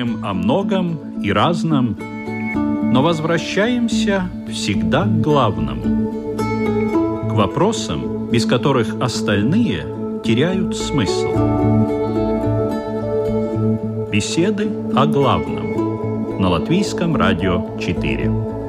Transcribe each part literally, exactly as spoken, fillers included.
Думаем о многом и разном, но возвращаемся всегда к главному, к вопросам, без которых остальные теряют смысл. Беседы о главном на Латвийском радио четыре.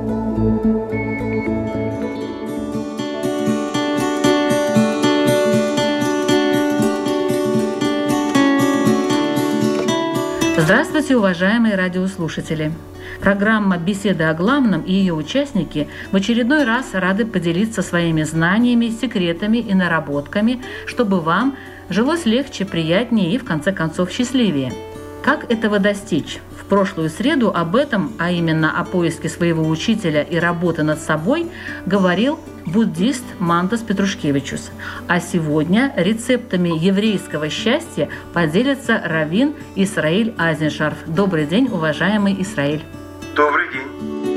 Здравствуйте, уважаемые радиослушатели! Программа «Беседы о главном» и ее участники в очередной раз рады поделиться своими знаниями, секретами и наработками, чтобы вам жилось легче, приятнее и, в конце концов, счастливее. Как этого достичь? В прошлую среду об этом, а именно о поиске своего учителя и работы над собой, говорил буддист Мантас Петрушкевичус. А сегодня рецептами еврейского счастья поделится раввин Исраиль Айзеншарф. Добрый день, уважаемый Исраиль. Добрый день.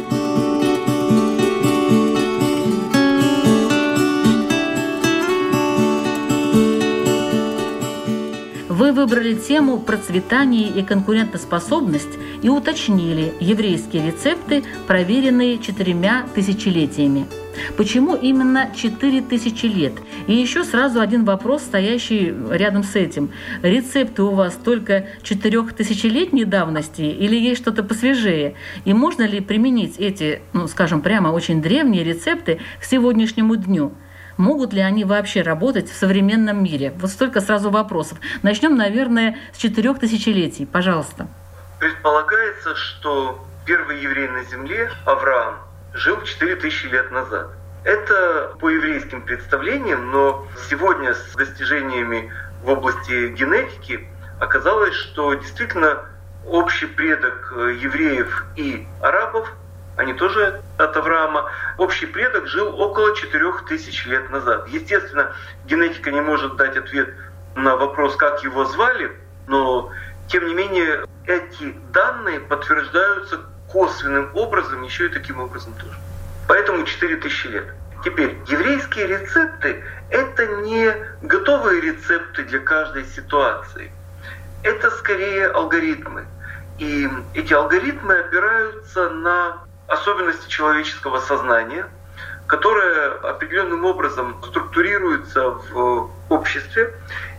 Вы выбрали тему «Процветание и конкурентоспособность» и уточнили еврейские рецепты, проверенные четырьмя тысячелетиями. Почему именно четыре тысячи лет? И еще сразу один вопрос, стоящий рядом с этим. Рецепты у вас только четырехтысячелетней давности или есть что-то посвежее? И можно ли применить эти, ну, скажем прямо, очень древние рецепты к сегодняшнему дню? Могут ли они вообще работать в современном мире? Вот столько сразу вопросов. Начнем, наверное, с четырех тысячелетий. Пожалуйста. Предполагается, что первый еврей на земле, Авраам, жил четыре тысячи лет назад. Это по еврейским представлениям, но сегодня с достижениями в области генетики оказалось, что действительно общий предок евреев и арабов, они тоже от Авраама, общий предок жил около четырех тысяч лет назад. Естественно, генетика не может дать ответ на вопрос, как его звали, но тем не менее эти данные подтверждаются косвенным образом, еще и таким образом тоже. Поэтому четыре тысячи лет. Теперь, еврейские рецепты — это не готовые рецепты для каждой ситуации. Это скорее алгоритмы. И эти алгоритмы опираются на особенности человеческого сознания, которое определенным образом структурируется в обществе,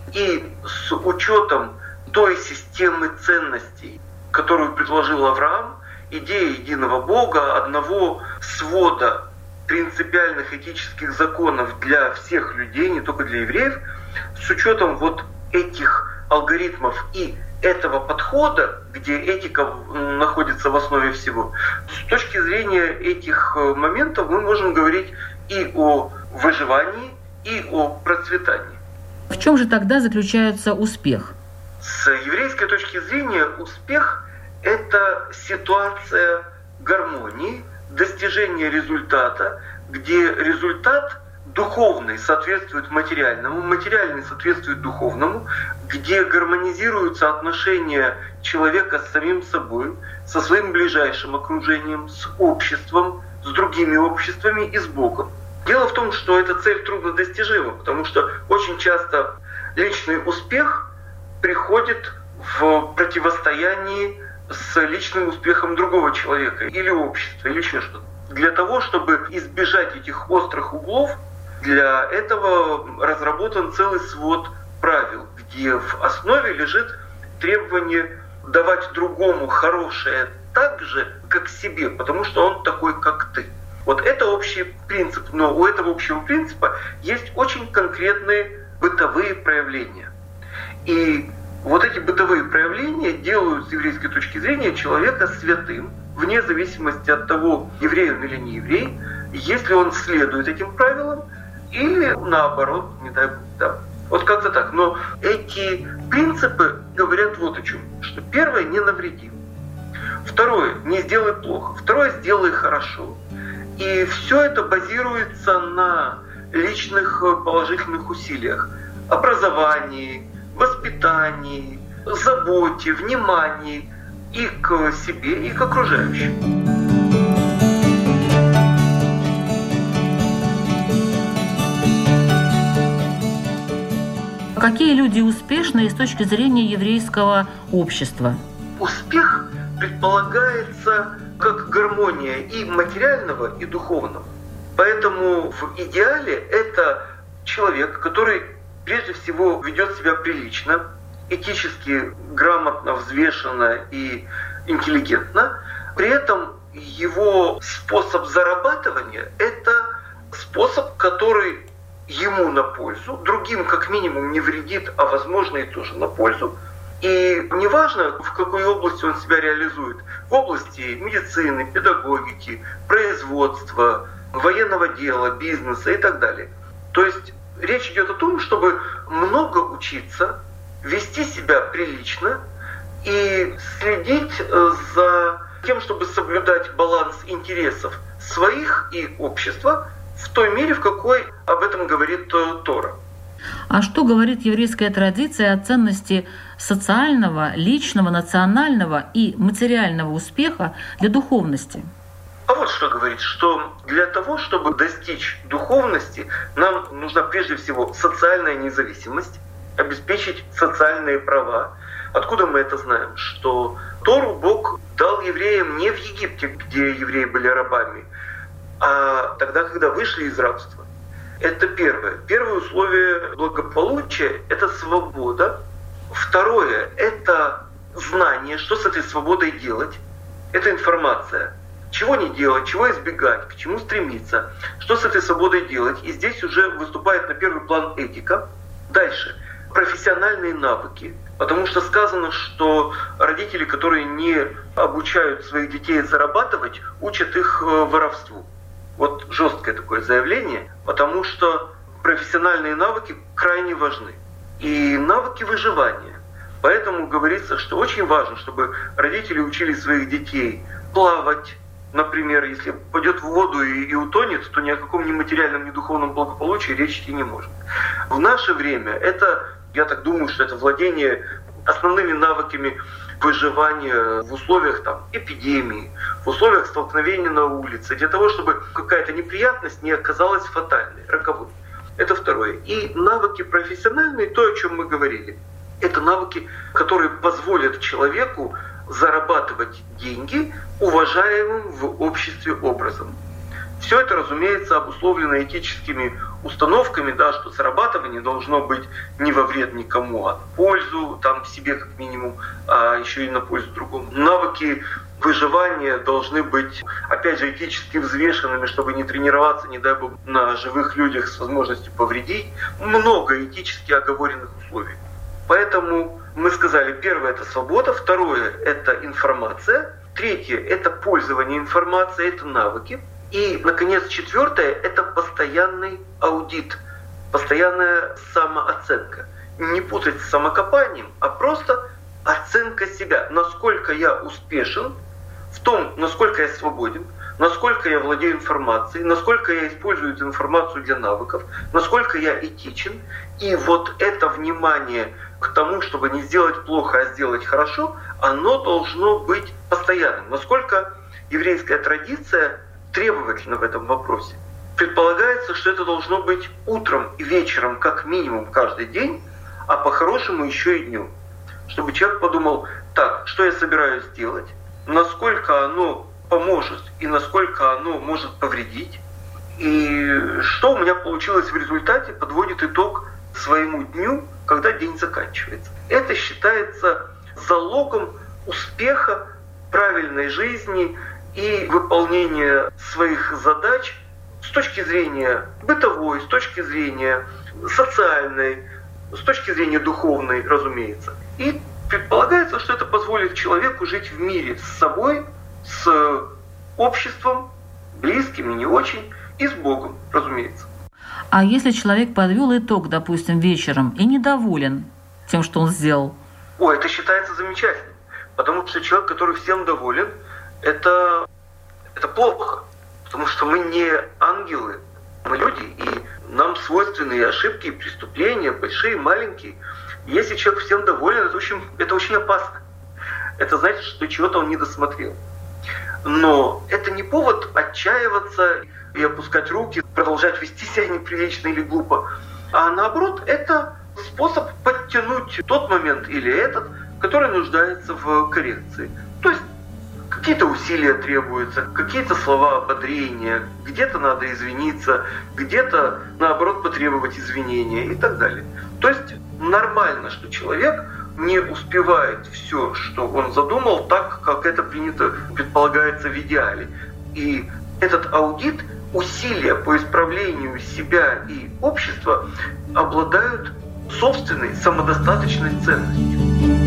и с учетом той системы ценностей, которую предложил Авраам, идея единого Бога, одного свода принципиальных этических законов для всех людей, не только для евреев, с учетом вот этих алгоритмов и этого подхода, где этика находится в основе всего, с точки зрения этих моментов мы можем говорить и о выживании, и о процветании. В чем же тогда заключается успех? С еврейской точки зрения успех — это ситуация гармонии, достижения результата, где результат духовный соответствует материальному, материальный соответствует духовному, где гармонизируются отношения человека с самим собой, со своим ближайшим окружением, с обществом, с другими обществами и с Богом. Дело в том, что эта цель труднодостижима, потому что очень часто личный успех приходит в противостоянии с личным успехом другого человека или общества, или еще что-то. Для того, чтобы избежать этих острых углов, для этого разработан целый свод правил, где в основе лежит требование давать другому хорошее так же, как себе, потому что он такой, как ты. Вот это общий принцип, но у этого общего принципа есть очень конкретные бытовые проявления. И вот эти бытовые проявления делают с еврейской точки зрения человека святым, вне зависимости от того, еврей он или не еврей, если он следует этим правилам, или наоборот, не дай бог, да. Вот как-то так. Но эти принципы говорят вот о чем. Что первое — не навреди. Второе — не сделай плохо. Второе — сделай хорошо. И все это базируется на личных положительных усилиях. Образовании, воспитании, заботе, внимании и к себе, и к окружающим. Какие люди успешные с точки зрения еврейского общества? Успех предполагается как гармония и материального, и духовного. Поэтому в идеале это человек, который прежде всего ведет себя прилично, этически грамотно, взвешенно и интеллигентно. При этом его способ зарабатывания – это способ, который ему на пользу, другим как минимум не вредит, а возможно и тоже на пользу. И неважно, в какой области он себя реализует, в области медицины, педагогики, производства, военного дела, бизнеса и так далее. То есть речь идет о том, чтобы много учиться, вести себя прилично и следить за тем, чтобы соблюдать баланс интересов своих и общества в той мере, в какой об этом говорит Тора. А что говорит еврейская традиция о ценности социального, личного, национального и материального успеха для духовности? А вот что говорит, что для того, чтобы достичь духовности, нам нужна прежде всего социальная независимость, обеспечить социальные права. Откуда мы это знаем? Что Тору Бог дал евреям не в Египте, где евреи были рабами, а тогда, когда вышли из рабства. Это первое. Первое условие благополучия — это свобода. Второе — это знание, что с этой свободой делать. Это информация. Чего не делать, чего избегать, к чему стремиться, что с этой свободой делать. И здесь уже выступает на первый план этика. Дальше. Профессиональные навыки. Потому что сказано, что родители, которые не обучают своих детей зарабатывать, учат их воровству. Вот жесткое такое заявление, потому что профессиональные навыки крайне важны. И навыки выживания. Поэтому говорится, что очень важно, чтобы родители учили своих детей плавать. Например, если пойдет в воду и, и утонет, то ни о каком ни материальном, ни духовном благополучии речь идти не может. В наше время это, я так думаю, что это владение основными навыками выживания в условиях там, эпидемии, в условиях столкновения на улице, для того, чтобы какая-то неприятность не оказалась фатальной, роковой. Это второе. И навыки профессиональные, то, о чем мы говорили, это навыки, которые позволят человеку зарабатывать деньги уважаемым в обществе образом. Все это, разумеется, обусловлено этическими установками, да, что зарабатывание должно быть не во вред никому, а на пользу там, себе как минимум, а еще и на пользу другому. Навыки выживания должны быть, опять же, этически взвешенными, чтобы не тренироваться, не дай бог, на живых людях с возможностью повредить. Много этически оговоренных условий. Поэтому мы сказали, первое — это свобода, второе — это информация, третье — это пользование информацией, это навыки. И, наконец, четвертое — это постоянный аудит, постоянная самооценка. Не путать с самокопанием, а просто оценка себя. Насколько я успешен в том, насколько я свободен, насколько я владею информацией, насколько я использую эту информацию для навыков, насколько я этичен. И вот это внимание к тому, чтобы не сделать плохо, а сделать хорошо, оно должно быть постоянным. Насколько еврейская традиция требовательно в этом вопросе. Предполагается, что это должно быть утром и вечером как минимум каждый день, а по-хорошему еще и днем. Чтобы человек подумал, так, что я собираюсь сделать, насколько оно поможет и насколько оно может повредить, и что у меня получилось в результате, подводит итог своему дню, когда день заканчивается. Это считается залогом успеха, правильной жизни и выполнения своих задач с точки зрения бытовой, с точки зрения социальной, с точки зрения духовной, разумеется. И предполагается, что это позволит человеку жить в мире с собой, с обществом, близким и не очень, и с Богом, разумеется. А если человек подвел итог, допустим, вечером и недоволен тем, что он сделал? О, это считается замечательным. Потому что человек, который всем доволен, это, это плохо. Потому что мы не ангелы, мы люди, и нам свойственны и ошибки, и преступления, большие, маленькие. Если человек всем доволен, это очень, это очень опасно. Это значит, что чего-то он не досмотрел. Но это не повод отчаиваться и опускать руки, продолжать вести себя неприлично или глупо. А наоборот, это способ подтянуть тот момент или этот, который нуждается в коррекции. То есть какие-то усилия требуются, какие-то слова ободрения, где-то надо извиниться, где-то, наоборот, потребовать извинения и так далее. То есть нормально, что человек не успевает все, что он задумал, так, как это принято, предполагается в идеале. И этот аудит, усилия по исправлению себя и общества обладают собственной самодостаточной ценностью.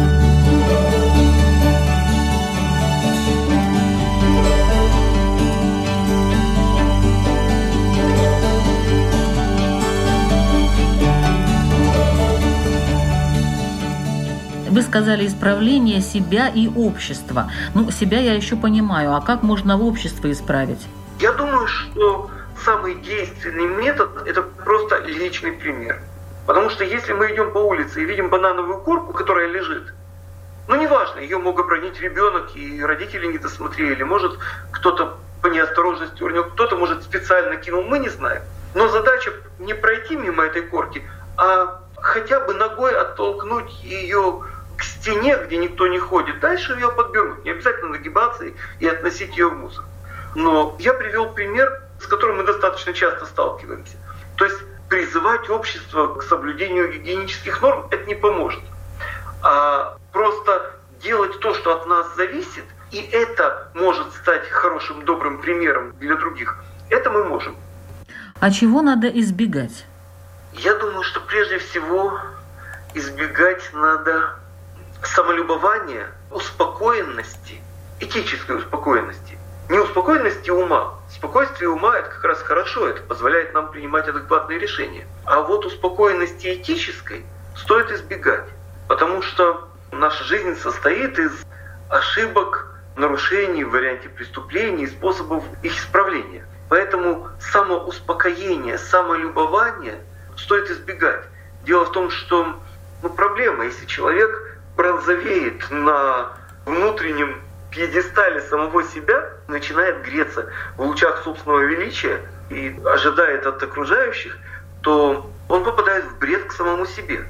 Вы сказали исправление себя и общества. Ну, себя я еще понимаю, а как можно общество исправить? Я думаю, что самый действенный метод – это просто личный пример. Потому что если мы идем по улице и видим банановую корку, которая лежит, ну неважно, ее мог обронить ребенок, и родители не досмотрели, может кто-то по неосторожности урнул, кто-то, может, специально кинул, мы не знаем. Но задача не пройти мимо этой корки, а хотя бы ногой оттолкнуть ее к стене, где никто не ходит, дальше ее подберут. Не обязательно нагибаться и относить ее в мусор. Но я привел пример, с которым мы достаточно часто сталкиваемся. То есть призывать общество к соблюдению гигиенических норм это не поможет. А просто делать то, что от нас зависит, и это может стать хорошим, добрым примером для других, это мы можем. А чего надо избегать? Я думаю, что прежде всего избегать надо самолюбования, успокоенности, этической успокоенности. Не успокоенности ума. Спокойствие ума – это как раз хорошо, это позволяет нам принимать адекватные решения. А вот успокоенности этической стоит избегать, потому что наша жизнь состоит из ошибок, нарушений в варианте преступлений, способов их исправления. Поэтому самоуспокоение, самолюбование стоит избегать. Дело в том, что ну, проблема, если человек бронзовеет на внутреннем пьедестале самого себя, начинает греться в лучах собственного величия и ожидает от окружающих, то он попадает в бред к самому себе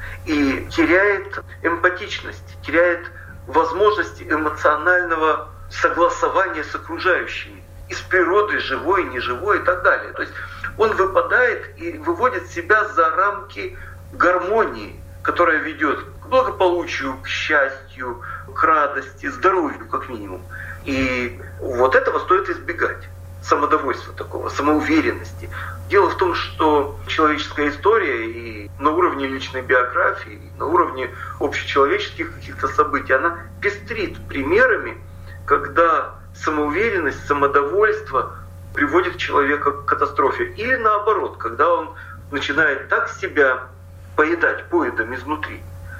и теряет эмпатичность, теряет возможность эмоционального согласования с окружающими, и с природой, живой, неживой и так далее. То есть он выпадает и выводит себя за рамки гармонии, которая ведет к благополучию, к счастью, к радости, здоровью как минимум. И вот этого стоит избегать. Самодовольства такого, самоуверенности. Дело в том, что человеческая история и на уровне личной биографии, и на уровне общечеловеческих каких-то событий, она пестрит примерами, когда самоуверенность, самодовольство приводит человека к катастрофе. Или наоборот, когда он начинает так себя поедать поедом изнутри,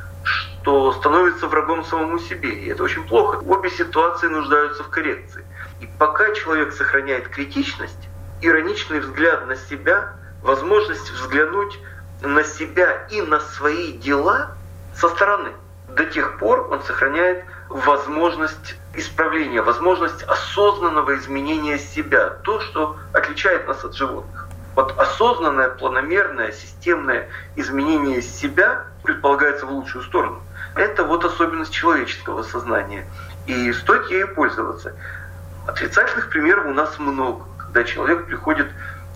что становится врагом самому себе. И это очень плохо. Обе ситуации нуждаются в коррекции. И пока человек сохраняет критичность, ироничный взгляд на себя, возможность взглянуть на себя и на свои дела со стороны, до тех пор он сохраняет возможность исправления, возможность осознанного изменения себя, то, что отличает нас от животных. Вот осознанное, планомерное, системное изменение себя предполагается в лучшую сторону. Это вот особенность человеческого сознания. И стоит ею пользоваться. Отрицательных примеров у нас много, когда человек приходит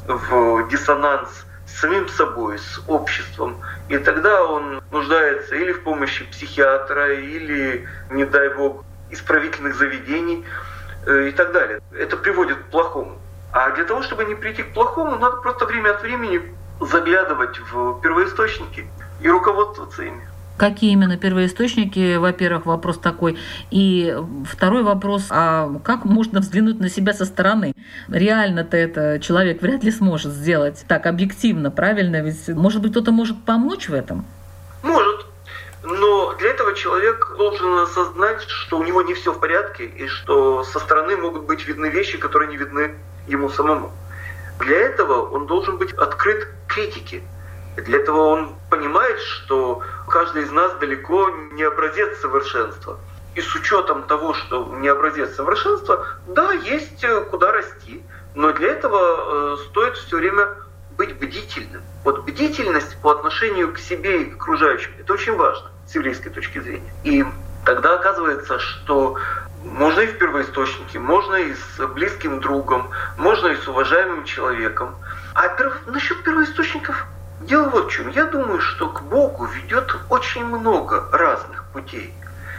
в диссонанс с самим собой, с обществом, и тогда он нуждается или в помощи психиатра, или, не дай бог, исправительных заведений и так далее. Это приводит к плохому. А для того, чтобы не прийти к плохому, надо просто время от времени заглядывать в первоисточники и руководствоваться ими. Какие именно первоисточники, во-первых, вопрос такой. И второй вопрос, а как можно взглянуть на себя со стороны? Реально-то это человек вряд ли сможет сделать так объективно, правильно? Ведь, может быть, кто-то может помочь в этом? Может. Но для этого человек должен осознать, что у него не все в порядке, и что со стороны могут быть видны вещи, которые не видны ему самому. Для этого он должен быть открыт к критике. Для этого он понимает, что каждый из нас далеко не образец совершенства. И с учетом того, что не образец совершенства, да, есть куда расти. Но для этого стоит все время быть бдительным. Вот бдительность по отношению к себе и к окружающим – это очень важно с еврейской точки зрения. И тогда оказывается, что можно и в первоисточнике, можно и с близким другом, можно и с уважаемым человеком. А перв... насчет первоисточников дело вот в чем. Я думаю, что к Богу ведет очень много разных путей.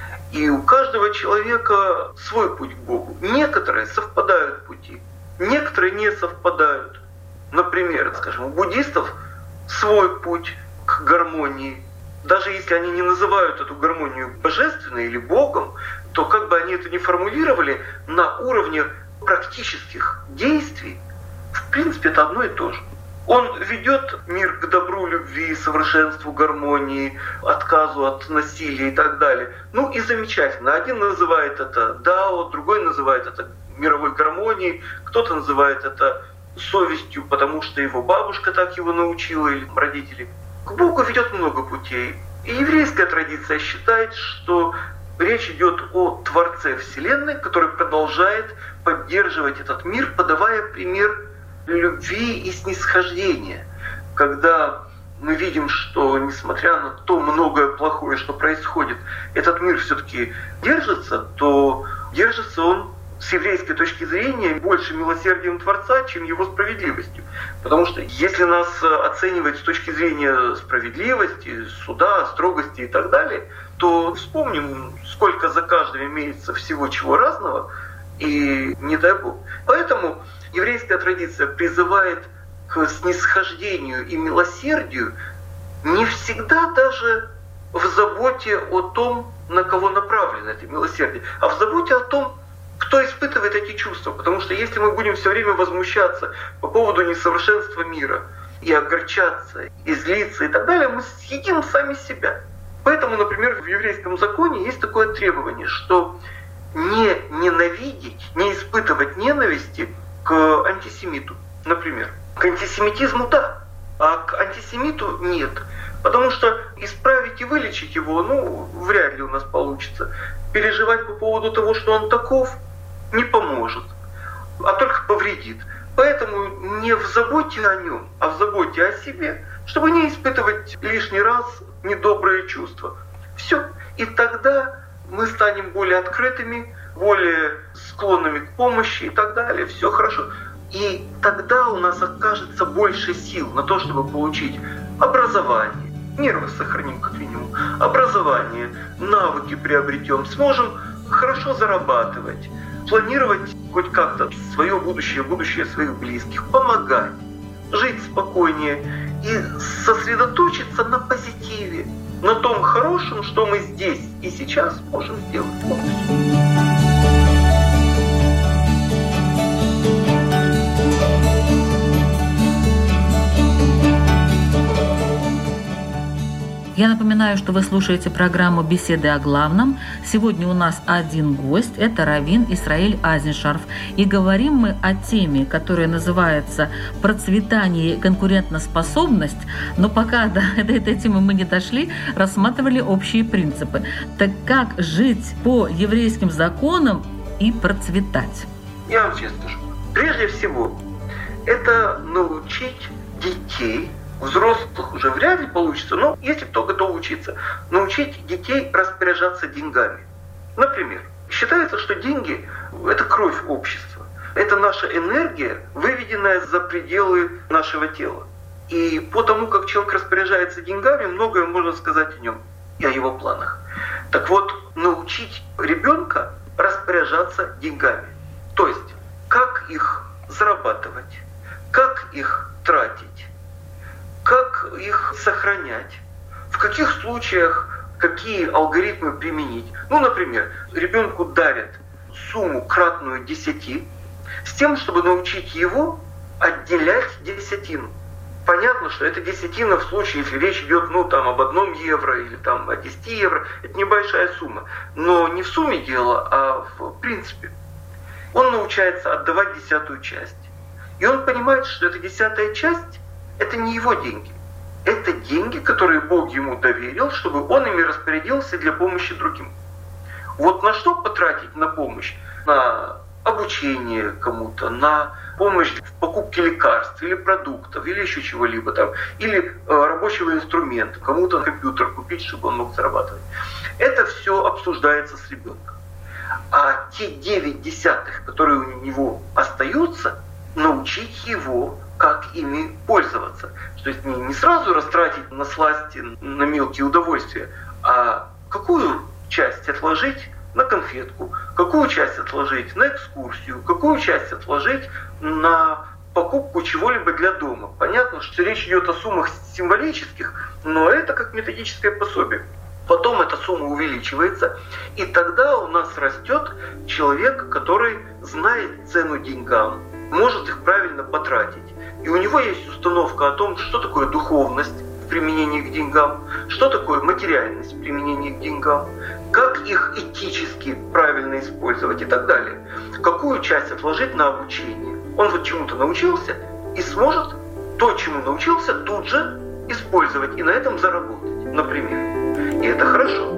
И у каждого человека свой путь к Богу. Некоторые совпадают пути, некоторые не совпадают. Например, скажем, у буддистов свой путь к гармонии. Даже если они не называют эту гармонию божественной или Богом, то как бы они это ни формулировали, на уровне практических действий, в принципе, это одно и то же. Он ведет мир к добру, любви, совершенству, гармонии, отказу от насилия и так далее. Ну и замечательно. Один называет это дао, другой называет это мировой гармонией, кто-то называет это совестью, потому что его бабушка так его научила, или родители. К Богу ведет много путей. И еврейская традиция считает, что речь идет о Творце Вселенной, который продолжает поддерживать этот мир, подавая пример любви и снисхождения. Когда мы видим, что, несмотря на то многое плохое, что происходит, этот мир все-таки держится, то держится он с еврейской точки зрения больше милосердием Творца, чем его справедливостью. Потому что если нас оценивать с точки зрения справедливости, суда, строгости и так далее, то вспомним, сколько за каждым имеется всего чего разного, и не дай Бог. Поэтому еврейская традиция призывает к снисхождению и милосердию не всегда даже в заботе о том, на кого направлено это милосердие, а в заботе о том, кто испытывает эти чувства. Потому что если мы будем все время возмущаться по поводу несовершенства мира, и огорчаться, и злиться и так далее, мы съедим сами себя. Поэтому, например, в еврейском законе есть такое требование, что не ненавидеть, не испытывать ненависти к антисемиту, например. К антисемитизму да, а к антисемиту нет. Потому что исправить и вылечить его, ну, вряд ли у нас получится. Переживать по поводу того, что он таков, не поможет, а только повредит. Поэтому не в заботе о нем, а в заботе о себе, чтобы не испытывать лишний раз недобрые чувства. Все. И тогда мы станем более открытыми, более склонными к помощи и так далее. Все хорошо. И тогда у нас окажется больше сил на то, чтобы получить образование. Нервы сохраним как минимум. Образование, навыки приобретем, сможем хорошо зарабатывать, планировать хоть как-то свое будущее, будущее своих близких, помогать, жить спокойнее и сосредоточиться на позитиве, на том хорошем, что мы здесь и сейчас можем сделать. Я напоминаю, что вы слушаете программу «Беседы о главном». Сегодня у нас один гость – это раввин Исраэль Айзеншарф. И говорим мы о теме, которая называется «Процветание и конкурентоспособность». Но пока до этой темы мы не дошли, рассматривали общие принципы. Так как жить по еврейским законам и процветать? Я вам честно скажу. Прежде всего, это научить детей, взрослых уже вряд ли получится, но если кто готов учиться, научить детей распоряжаться деньгами. Например, считается, что деньги – это кровь общества. Это наша энергия, выведенная за пределы нашего тела. И по тому, как человек распоряжается деньгами, многое можно сказать о нем и о его планах. Так вот, научить ребенка распоряжаться деньгами. То есть, как их зарабатывать, как их тратить, как их сохранять, в каких случаях какие алгоритмы применить. Ну, например, ребенку дарят сумму кратную десяти с тем, чтобы научить его отделять десятину. Понятно, что это десятина в случае, если речь идет ну, там, об одном евро или там, о десяти евро, это небольшая сумма. Но не в сумме дело, а в принципе. Он научается отдавать десятую часть. И он понимает, что эта десятая часть это не его деньги. Это деньги, которые Бог ему доверил, чтобы он ими распорядился для помощи другим. Вот на что потратить на помощь? На обучение кому-то, на помощь в покупке лекарств или продуктов, или еще чего-либо там, или э, рабочего инструмента, кому-то компьютер купить, чтобы он мог зарабатывать. Это все обсуждается с ребенком. А те девять десятых, которые у него остаются, научить его, как ими пользоваться. То есть не, не сразу растратить на сласти, на мелкие удовольствия, а какую часть отложить на конфетку, какую часть отложить на экскурсию, какую часть отложить на покупку чего-либо для дома. Понятно, что речь идет о суммах символических, но это как методическое пособие. Потом эта сумма увеличивается, и тогда у нас растет человек, который знает цену деньгам, может их правильно потратить. И у него есть установка о том, что такое духовность в применении к деньгам, что такое материальность в применении к деньгам, как их этически правильно использовать и так далее. Какую часть отложить на обучение. Он вот чему-то научился и сможет то, чему научился, тут же использовать и на этом заработать, например. И это хорошо.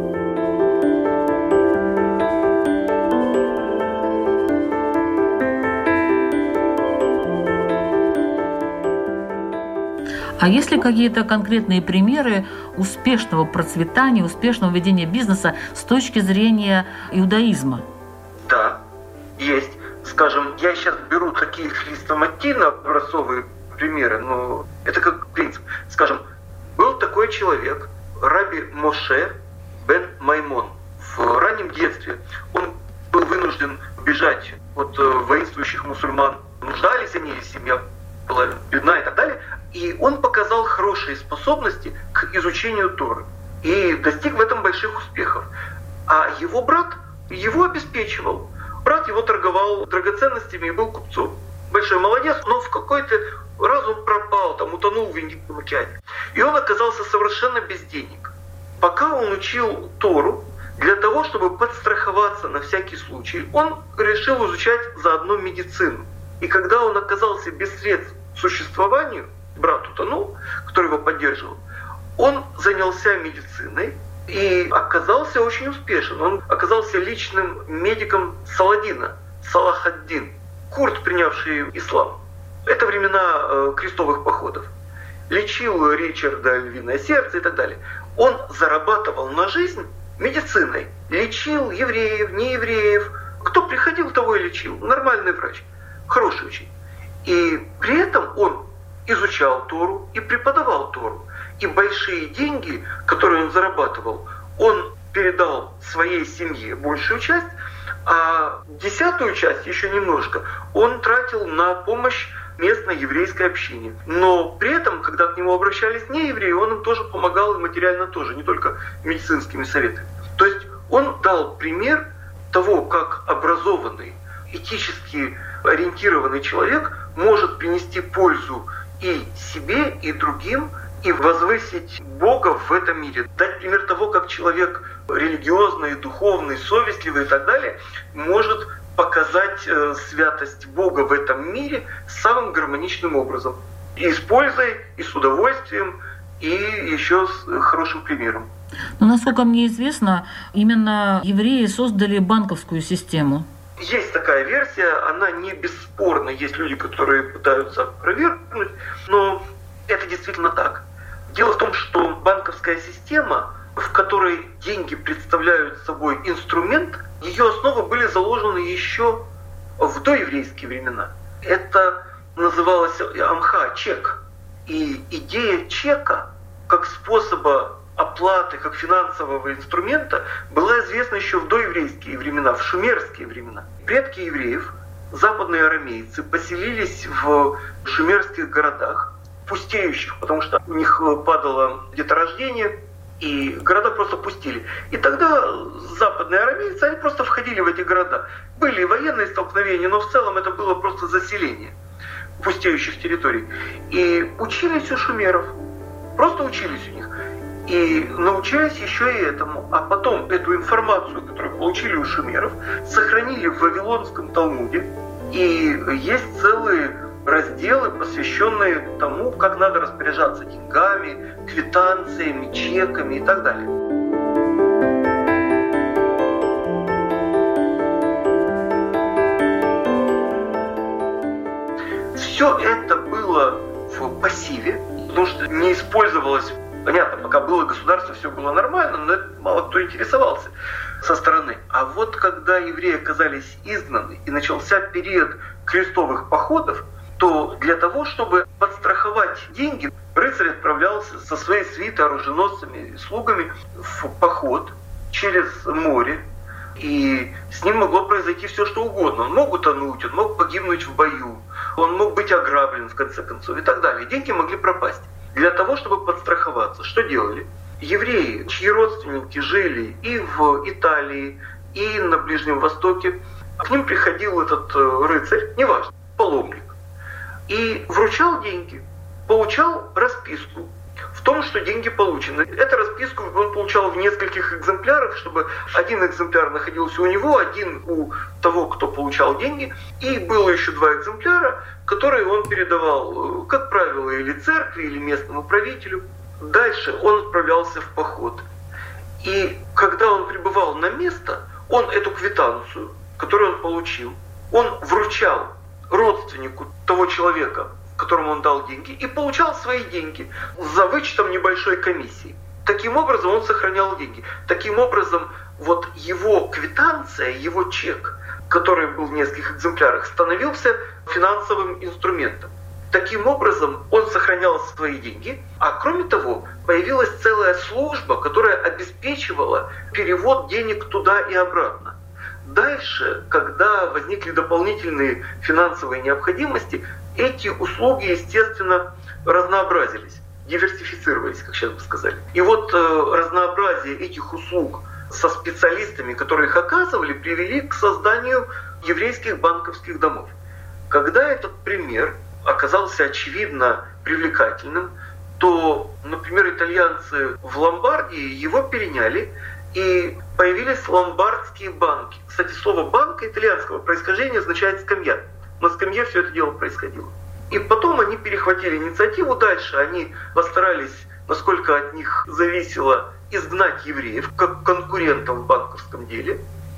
А есть ли какие-то конкретные примеры успешного процветания, успешного ведения бизнеса с точки зрения иудаизма? Да, есть. Скажем, я сейчас беру такие хрестоматийно образцовые примеры, но это как принцип. Скажем, был такой человек, Раби Моше бен Маймон. В раннем детстве он был вынужден бежать от воинствующих мусульман. Нуждались они, семья была бедна и так далее. И он показал хорошие способности к изучению Торы. И достиг в этом больших успехов. А его брат его обеспечивал. Брат его торговал драгоценностями и был купцом. Большой молодец, но в какой-то раз он пропал, там утонул в Индийском океане. И он оказался совершенно без денег. Пока он учил Тору, для того, чтобы подстраховаться на всякий случай, он решил изучать заодно медицину. И когда он оказался без средств к существованию, брат утонул, который его поддерживал, он занялся медициной и оказался очень успешен. Он оказался личным медиком Саладина, Салах ад-Дин, курд, принявший ислам. Это времена э, крестовых походов. Лечил Ричарда львиное сердце и так далее. Он зарабатывал на жизнь медициной. Лечил евреев, неевреев. Кто приходил, того и лечил. Нормальный врач. Хороший учитель. И при этом он изучал Тору и преподавал Тору. И большие деньги, которые он зарабатывал, он передал своей семье большую часть, а десятую часть, еще немножко, он тратил на помощь местной еврейской общине. Но при этом, когда к нему обращались неевреи, он им тоже помогал, и материально тоже, не только медицинскими советами. То есть он дал пример того, как образованный, этически ориентированный человек может принести пользу и себе, и другим, и возвысить Бога в этом мире. Дать пример того, как человек религиозный, духовный, совестливый и так далее может показать э, святость Бога в этом мире самым гармоничным образом. И с пользой, и с удовольствием, и еще с хорошим примером. Но, насколько мне известно, именно евреи создали банковскую систему. Есть такая версия, она не бесспорна. Есть люди, которые пытаются опровергнуть, но это действительно так. Дело в том, что банковская система, в которой деньги представляют собой инструмент, ее основы были заложены еще в доеврейские времена. Это называлось амха, чек. И идея чека как способа оплаты, как финансового инструмента была известна еще в доеврейские времена, в шумерские времена. Предки евреев, западные арамейцы, поселились в шумерских городах, пустеющих, потому что у них падало деторождение, и города просто пустили. И тогда западные арамейцы, они просто входили в эти города. Были военные столкновения, но в целом это было просто заселение пустеющих территорий. И учились у шумеров, просто учились у них. И научились еще и этому. А потом эту информацию, которую получили у шумеров, сохранили в Вавилонском Талмуде. И есть целые разделы, посвященные тому, как надо распоряжаться деньгами, квитанциями, чеками и так далее. Все это было в пассиве, потому что не использовалось. Понятно, пока было государство, все было нормально, но это мало кто интересовался со стороны. А вот когда евреи оказались изгнаны и начался период крестовых походов, то для того, чтобы подстраховать деньги, рыцарь отправлялся со своей свитой, оруженосцами, слугами в поход через море. И с ним могло произойти все, что угодно. Он мог утонуть, он мог погибнуть в бою, он мог быть ограблен, в конце концов, и так далее. Деньги могли пропасть. Для того, чтобы подстраховаться, что делали? Евреи, чьи родственники жили и в Италии, и на Ближнем Востоке, к ним приходил этот рыцарь, неважно, паломник, и вручал деньги, получал расписку в том, что деньги получены. Эту расписку он получал в нескольких экземплярах, чтобы один экземпляр находился у него, один у того, кто получал деньги, и было еще два экземпляра, которые он передавал, как правило, или церкви, или местному правителю. Дальше он отправлялся в поход. И когда он прибывал на место, он эту квитанцию, которую он получил, он вручал родственнику того человека, которому он дал деньги, и получал свои деньги за вычетом небольшой комиссии. Таким образом он сохранял деньги. Таким образом вот его квитанция, его чек, который был в нескольких экземплярах, становился финансовым инструментом. Таким образом он сохранял свои деньги, а кроме того появилась целая служба, которая обеспечивала перевод денег туда и обратно. Дальше, когда возникли дополнительные финансовые необходимости, эти услуги, естественно, разнообразились, диверсифицировались, как сейчас бы сказали. И вот э, разнообразие этих услуг со специалистами, которые их оказывали, привели к созданию еврейских банковских домов. Когда этот пример оказался очевидно привлекательным, то, например, итальянцы в Ломбардии его переняли, и появились ломбардские банки. Кстати, слово «банк» итальянского происхождения означает «скамья». На скамье все это дело происходило. И потом они перехватили инициативу дальше. Они постарались, насколько от них зависело, изгнать евреев как конкурентов в банковском деле.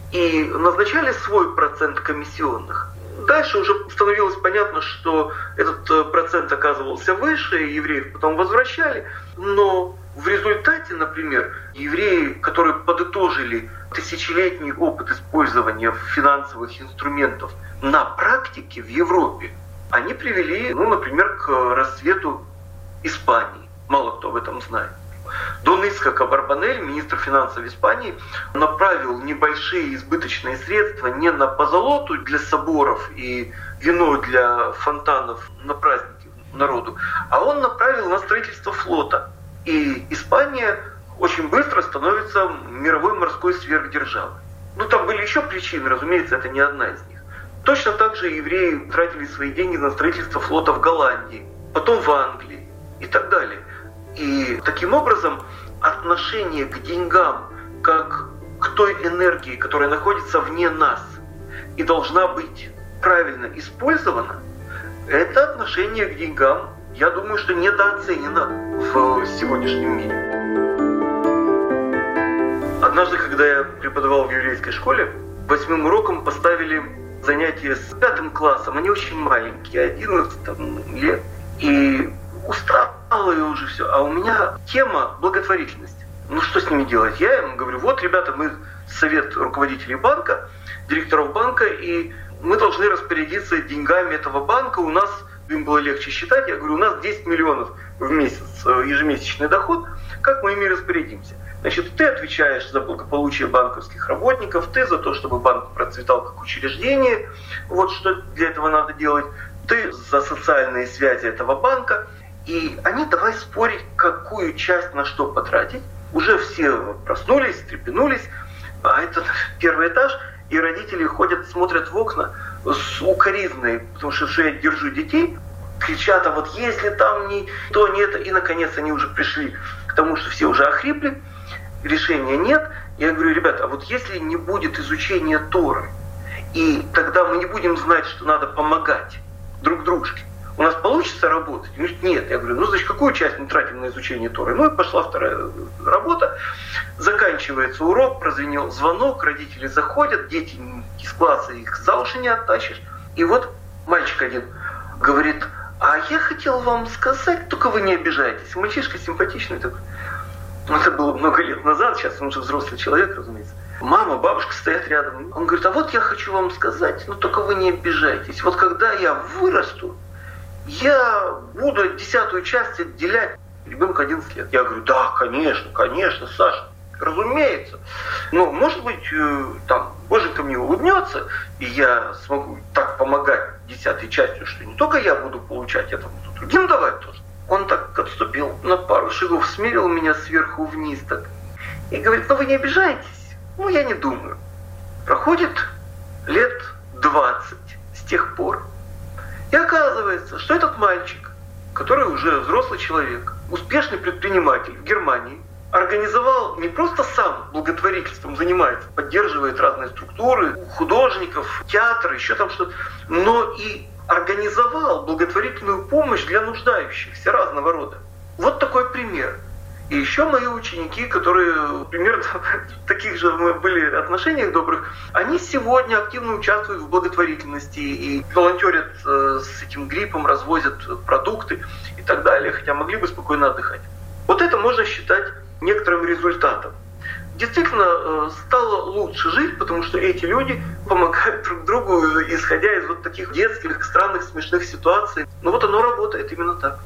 И назначали свой процент комиссионных. Дальше уже становилось понятно, что этот процент оказывался выше, и евреев потом возвращали. Но в результате, например, евреи, которые подытожили тысячелетний опыт использования финансовых инструментов на практике в Европе, они привели, ну, например, к расцвету Испании. Мало кто об этом знает. Дон Исхако Барбанель, министр финансов Испании, направил небольшие избыточные средства не на позолоту для соборов и вино для фонтанов на праздники народу, а он направил на строительство флота. И Испания очень быстро становится мировой морской сверхдержавой. Ну, там были еще причины, разумеется, это не одна из них. Точно так же евреи тратили свои деньги на строительство флота в Голландии, потом в Англии и так далее. И таким образом отношение к деньгам как к той энергии, которая находится вне нас и должна быть правильно использована, это отношение к деньгам, я думаю, что недооценено в сегодняшнем мире. Однажды, когда я преподавал в еврейской школе, восьмым уроком поставили занятие с пятым классом. Они очень маленькие, одиннадцать лет. И усталые уже все. А у меня тема благотворительность. Ну что с ними делать? Я им говорю, вот, ребята, мы совет руководителей банка, директоров банка, и мы должны распорядиться деньгами этого банка. У нас, им было легче считать, я говорю, у нас десять миллионов в месяц ежемесячный доход, как мы ими распорядимся? Значит, ты отвечаешь за благополучие банковских работников, ты за то, чтобы банк процветал как учреждение, вот что для этого надо делать, ты за социальные связи этого банка. И они давай спорить, какую часть на что потратить. Уже все проснулись, встрепенулись, а это первый этаж, и родители ходят, смотрят в окна с укоризной, потому что я держу детей, кричат, а вот если там не то, не это, и наконец они уже пришли к тому, что все уже охрипли, решения нет. Я говорю, ребята, а вот если не будет изучения Торы, и тогда мы не будем знать, что надо помогать друг дружке, у нас получится работать? Он говорит, нет. Я говорю, ну, значит, какую часть мы тратим на изучение Торы? Ну, и пошла вторая работа. Заканчивается урок, прозвенел звонок, родители заходят, дети из класса их за уши не оттащишь. И вот мальчик один, говорит: а я хотел вам сказать, только вы не обижайтесь. Мальчишка симпатичный такой. Это было много лет назад, сейчас он уже взрослый человек, разумеется. Мама, бабушка стоят рядом. Он говорит: а вот я хочу вам сказать, но только вы не обижайтесь. Вот когда я вырасту, я буду десятую часть отделять ребенку одиннадцать лет. Я говорю: да, конечно, конечно, Саша, разумеется. Но, может быть, там, Боженька мне улыбнется, и я смогу так помогать десятой частью, что не только я буду получать это, но другим давать тоже. Он так отступил на пару шагов, смерил меня сверху вниз так и говорит: ну вы не обижаетесь? Ну я не думаю. Проходит лет двадцать с тех пор. И оказывается, что этот мальчик, который уже взрослый человек, успешный предприниматель в Германии, организовал не просто сам благотворительством занимается, поддерживает разные структуры, художников, театр, еще там что-то, но и организовал благотворительную помощь для нуждающихся разного рода. Вот такой пример. И еще мои ученики, которые примерно в таких же были отношениях добрых, они сегодня активно участвуют в благотворительности и волонтерят с этим гриппом, развозят продукты и так далее, хотя могли бы спокойно отдыхать. Вот это можно считать некоторым результатом. Действительно стало лучше жить, потому что эти люди помогают друг другу, исходя из вот таких детских, странных, смешных ситуаций. Но вот оно работает именно так.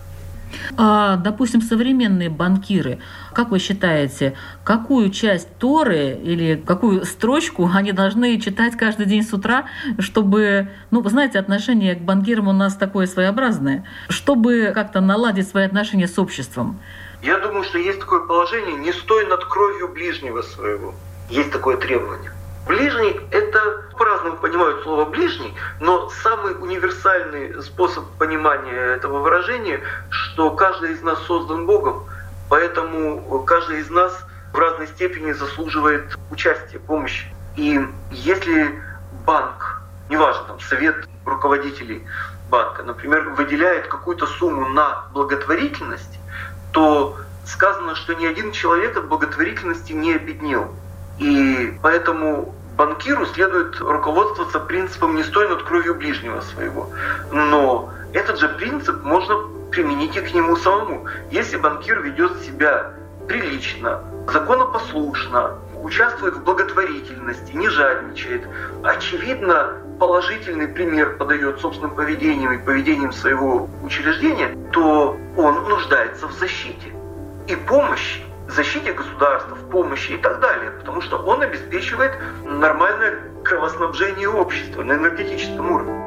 А, допустим, современные банкиры, как вы считаете, какую часть Торы или какую строчку они должны читать каждый день с утра, чтобы, ну, вы знаете, отношение к банкирам у нас такое своеобразное, чтобы как-то наладить свои отношения с обществом? Я думаю, что есть такое положение: не стой над кровью ближнего своего. Есть такое требование. Ближний — это, по-разному понимают слово «ближний», но самый универсальный способ понимания этого выражения, что каждый из нас создан Богом, поэтому каждый из нас в разной степени заслуживает участия, помощи. И если банк, неважно, там, совет руководителей банка, например, выделяет какую-то сумму на благотворительность, то сказано, что ни один человек от благотворительности не обеднел. И поэтому банкиру следует руководствоваться принципом «не стой над кровью ближнего своего». Но этот же принцип можно применить и к нему самому. Если банкир ведет себя прилично, законопослушно, участвует в благотворительности, не жадничает, очевидно, положительный пример подает собственным поведением и поведением своего учреждения, то он нуждается в защите и помощи. Защите государства, в помощи и так далее, потому что он обеспечивает нормальное кровоснабжение общества на энергетическом уровне.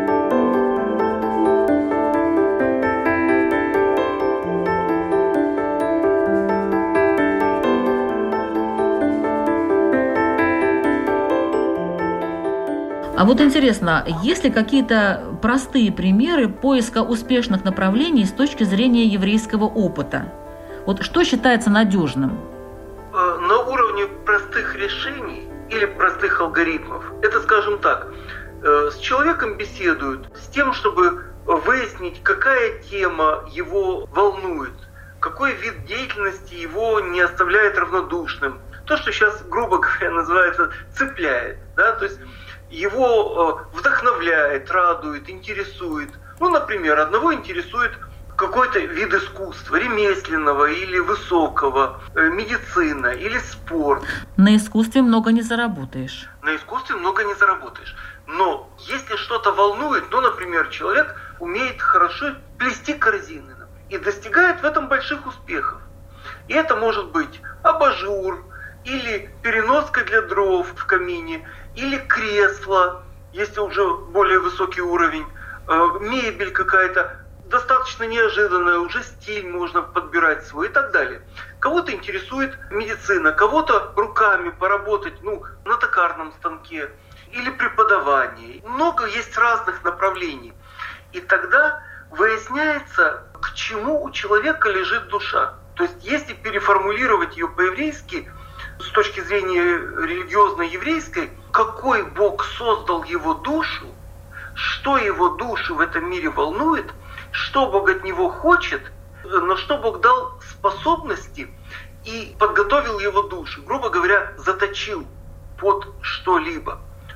А вот интересно, есть ли какие-то простые примеры поиска успешных направлений с точки зрения еврейского опыта? Вот что считается надежным? На уровне простых решений или простых алгоритмов, это, скажем так, с человеком беседуют с тем, чтобы выяснить, какая тема его волнует, какой вид деятельности его не оставляет равнодушным. То, что сейчас, грубо говоря, называется «цепляет». Да? То есть его вдохновляет, радует, интересует. Ну, например, одного интересует какой-то вид искусства, ремесленного или высокого, медицина или спорт. На искусстве много не заработаешь. На искусстве много не заработаешь. Но если что-то волнует, ну, например, человек умеет хорошо плести корзины и достигает в этом больших успехов. И это может быть абажур, или переноска для дров в камине, или кресло, если уже более высокий уровень, мебель какая-то, достаточно неожиданная, уже стиль можно подбирать свой и так далее. Кого-то интересует медицина, кого-то руками поработать, ну, на токарном станке или преподавание. Много есть разных направлений. И тогда выясняется, к чему у человека лежит душа. То есть, если переформулировать ее по-еврейски, с точки зрения религиозной еврейской, какой Бог создал его душу, что его душу в этом мире волнует, что Бог от него хочет, на что Бог дал способности и подготовил его душу, грубо говоря, заточил под что-либо.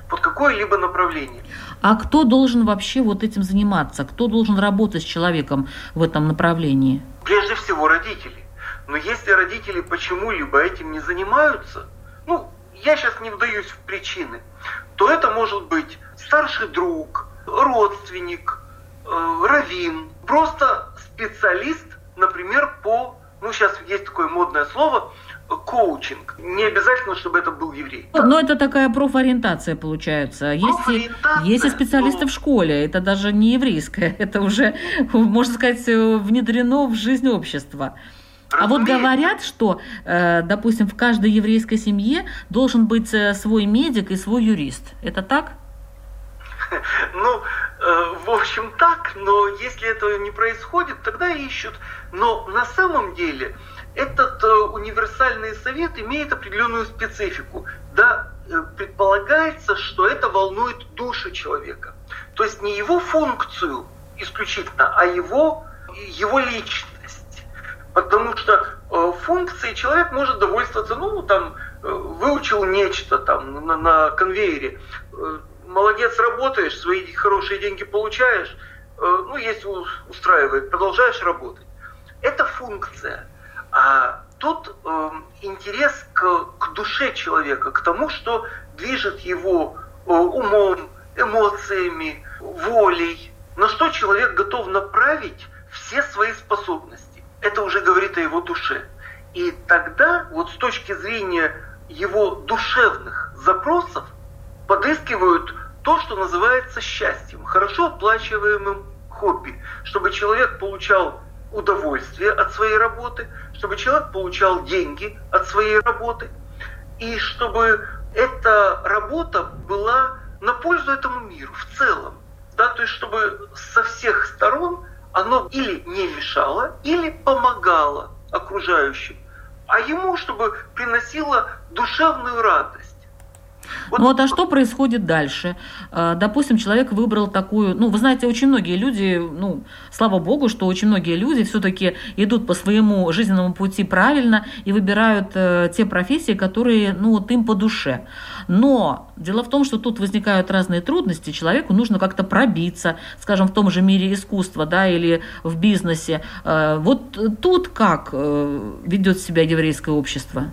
под какое-либо направление. А кто должен вообще вот этим заниматься? Кто должен работать с человеком в этом направлении? Прежде всего родители. Но если родители почему-либо этим не занимаются, ну, я сейчас не вдаюсь в причины, то это может быть старший друг, родственник, э, раввин, просто специалист, например, по, ну, сейчас есть такое модное слово, коучинг. Не обязательно, чтобы это был еврей. Но это такая профориентация получается. Есть и, есть и специалисты но... в школе. Это даже не еврейское. Это уже, можно сказать, внедрено в жизнь общества. Разумеется. А вот говорят, что, допустим, в каждой еврейской семье должен быть свой медик и свой юрист. Это так? Ну, в общем, так. Но если этого не происходит, тогда ищут. Но на самом деле... Этот э, универсальный совет имеет определенную специфику. Да, э, предполагается, что это волнует душу человека. То есть не его функцию исключительно, а его, его личность. Потому что э, функцией человек может довольствоваться, ну, там, э, выучил нечто там на, на конвейере. Э, молодец, работаешь, свои хорошие деньги получаешь, э, ну, если устраивает, продолжаешь работать. Это функция. А тут э, интерес к, к душе человека, к тому, что движет его э, умом, эмоциями, волей, на что человек готов направить все свои способности. Это уже говорит о его душе. И тогда, вот с точки зрения его душевных запросов, подыскивают то, что называется счастьем, хорошо оплачиваемым хобби, чтобы человек получал удовольствие от своей работы, чтобы человек получал деньги от своей работы, и чтобы эта работа была на пользу этому миру в целом. Да, то есть чтобы со всех сторон оно или не мешало, или помогало окружающим, а ему, чтобы приносило душевную радость. Вот. Ну вот, а что происходит дальше? Допустим, человек выбрал такую... Ну, вы знаете, очень многие люди, ну, слава богу, что очень многие люди все-таки идут по своему жизненному пути правильно и выбирают э, те профессии, которые, ну, вот им по душе. Но дело в том, что тут возникают разные трудности, человеку нужно как-то пробиться, скажем, в том же мире искусства, да, или в бизнесе. Э, вот тут как э, ведет себя еврейское общество?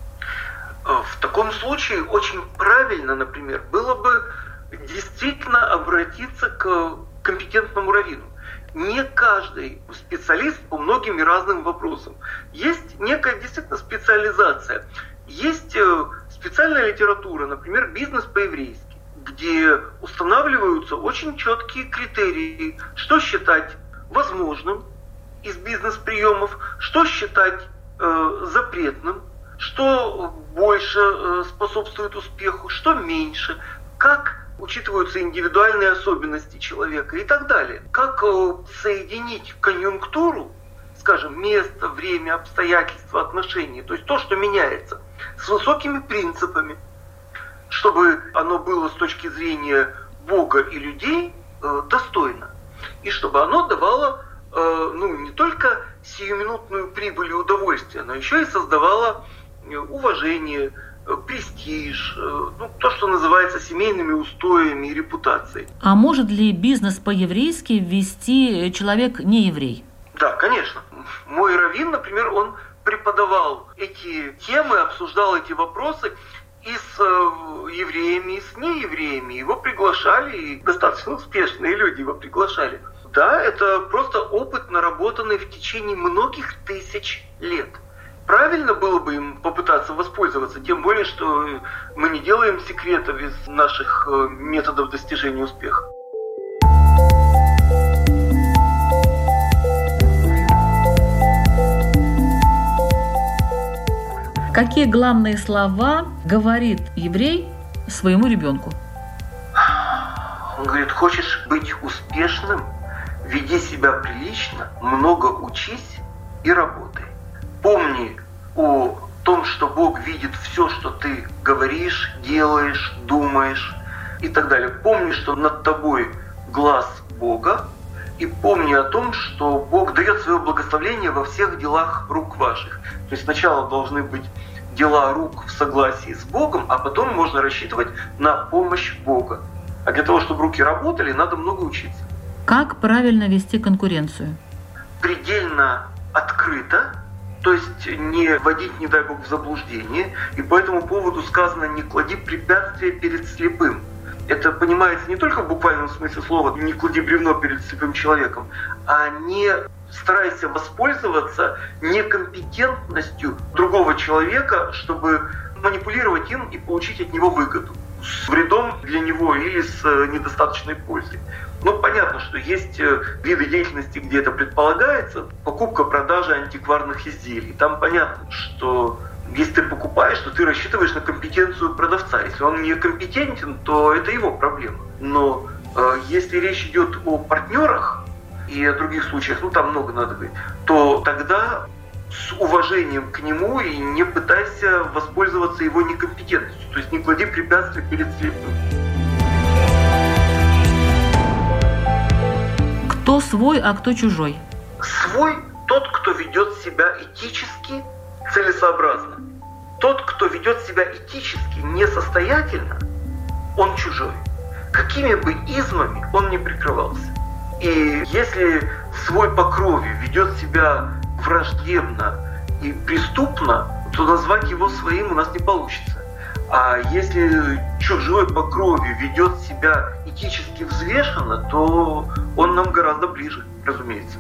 В таком случае очень правильно, например, было бы действительно обратиться к компетентному раввину. Не каждый специалист по многим и разным вопросам. Есть некая действительно специализация. Есть специальная литература, например, «Бизнес по-еврейски», где устанавливаются очень четкие критерии, что считать возможным из бизнес-приемов, что считать э, запретным, что больше способствует успеху, что меньше, как учитываются индивидуальные особенности человека и так далее. Как соединить конъюнктуру, скажем, место, время, обстоятельства, отношения, то есть то, что меняется, с высокими принципами, чтобы оно было с точки зрения Бога и людей достойно, и чтобы оно давало, ну, не только сиюминутную прибыль и удовольствие, но еще и создавало уважение, престиж, ну, то, что называется семейными устоями и репутацией. А может ли бизнес по-еврейски вести человек не еврей? Да, конечно. Мой раввин, например, он преподавал эти темы, обсуждал эти вопросы и с евреями, и с неевреями. Его приглашали, и достаточно успешные люди его приглашали. Да, это просто опыт, наработанный в течение многих тысяч лет. Правильно было бы им попытаться воспользоваться, тем более, что мы не делаем секретов из наших методов достижения успеха. Какие главные слова говорит еврей своему ребенку? Он говорит: хочешь быть успешным, веди себя прилично, много учись и работай. Помни о том, что Бог видит все, что ты говоришь, делаешь, думаешь и так далее. Помни, что над тобой глаз Бога, и помни о том, что Бог дает свое благословение во всех делах рук ваших. То есть сначала должны быть дела рук в согласии с Богом, а потом можно рассчитывать на помощь Бога. А для того, чтобы руки работали, надо много учиться. Как правильно вести конкуренцию? Предельно открыто, то есть не вводить, не дай Бог, в заблуждение. И по этому поводу сказано: не клади препятствия перед слепым. Это понимается не только в буквальном смысле слова «не клади бревно перед слепым человеком», а не старайся воспользоваться некомпетентностью другого человека, чтобы манипулировать им и получить от него выгоду с вредом для него или с недостаточной пользой. Ну, понятно, что есть виды деятельности, где это предполагается, покупка, продажа антикварных изделий. Там понятно, что если ты покупаешь, то ты рассчитываешь на компетенцию продавца. Если он не компетентен, то это его проблема. Но э, если речь идет о партнерах и о других случаях, ну там много надо говорить, то тогда с уважением к нему и не пытайся воспользоваться его некомпетентностью. То есть не клади препятствия перед слепым. Кто свой, а кто чужой? Свой тот, кто ведет себя этически, целесообразно. Тот, кто ведет себя этически несостоятельно, он чужой. Какими бы измами он ни прикрывался. И если свой по крови ведет себя враждебно и преступно, то назвать его своим у нас не получится. А если чужой по крови ведет себя этически взвешенно, то он нам гораздо ближе, разумеется.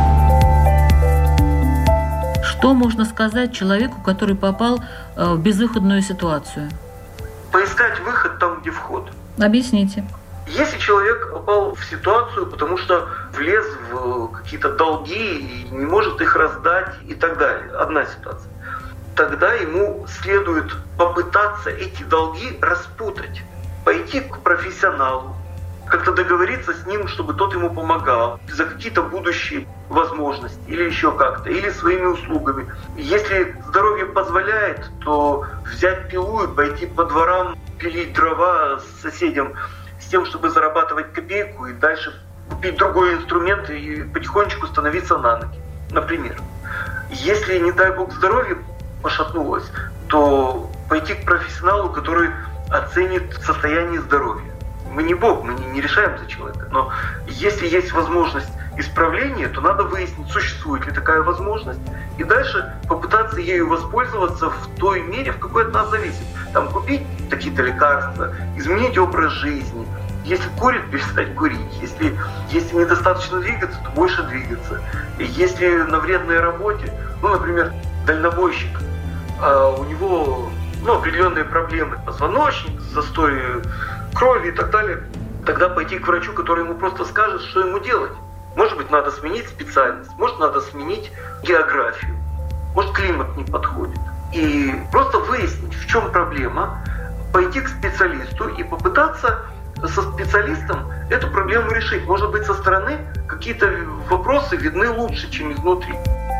Что можно сказать человеку, который попал в безвыходную ситуацию? Поискать выход там, где вход. Объясните. Если человек попал в ситуацию, потому что влез в какие-то долги и не может их раздать и так далее, одна ситуация, тогда ему следует попытаться эти долги распутать, пойти к профессионалу, как-то договориться с ним, чтобы тот ему помогал за какие-то будущие возможности или еще как-то, или своими услугами. Если здоровье позволяет, то взять пилу и пойти по дворам, пилить дрова с соседям, с тем, чтобы зарабатывать копейку и дальше купить другой инструмент и потихонечку становиться на ноги, например. Если, не дай бог, здоровье пошатнулось, то пойти к профессионалу, который оценит состояние здоровья. Мы не Бог, мы не решаем за человека, но если есть возможность исправления, то надо выяснить, существует ли такая возможность, и дальше попытаться ею воспользоваться в той мере, в какой от нас зависит. Там купить какие-то лекарства, изменить образ жизни. Если курит, перестать курить. Если, если недостаточно двигаться, то больше двигаться. И если на вредной работе, ну, например, дальнобойщик, а у него ну, определенные проблемы, позвоночник, застой крови и так далее, тогда пойти к врачу, который ему просто скажет, что ему делать. Может быть, надо сменить специальность, может, надо сменить географию, может, климат не подходит. И просто выяснить, в чем проблема, пойти к специалисту и попытаться со специалистом эту проблему решить. Может быть, со стороны какие-то вопросы видны лучше, чем изнутри.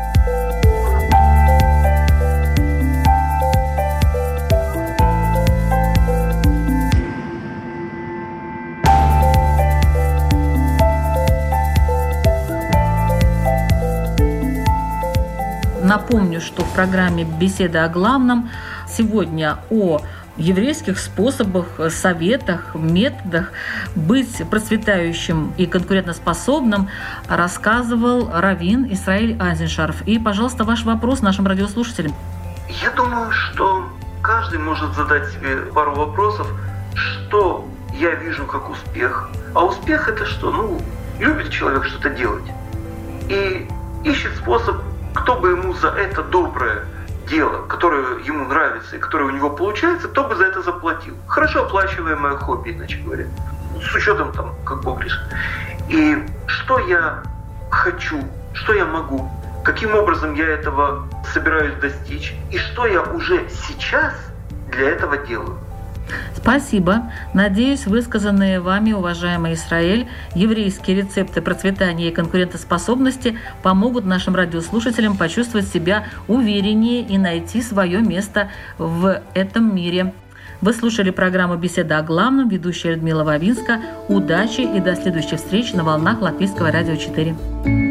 Напомню, что в программе «Беседа о главном» сегодня о еврейских способах, советах, методах быть процветающим и конкурентоспособным рассказывал раввин Исраиль Айзеншарф. И, пожалуйста, ваш вопрос нашим радиослушателям. Я думаю, что каждый может задать себе пару вопросов, что я вижу как успех. А успех — это что? Ну, любит человек что-то делать и ищет способ, кто бы ему за это доброе дело, которое ему нравится и которое у него получается, кто бы за это заплатил. Хорошо оплачиваемое хобби, иначе говоря. С учетом там, как Бог решит. И что я хочу, что я могу, каким образом я этого собираюсь достичь, и что я уже сейчас для этого делаю. Спасибо. Надеюсь, высказанные вами, уважаемый Исраэль, еврейские рецепты процветания и конкурентоспособности помогут нашим радиослушателям почувствовать себя увереннее и найти свое место в этом мире. Вы слушали программу «Беседа о главном», ведущая Людмила Вавинска. Удачи и до следующих встреч на волнах Латвийского радио четыре.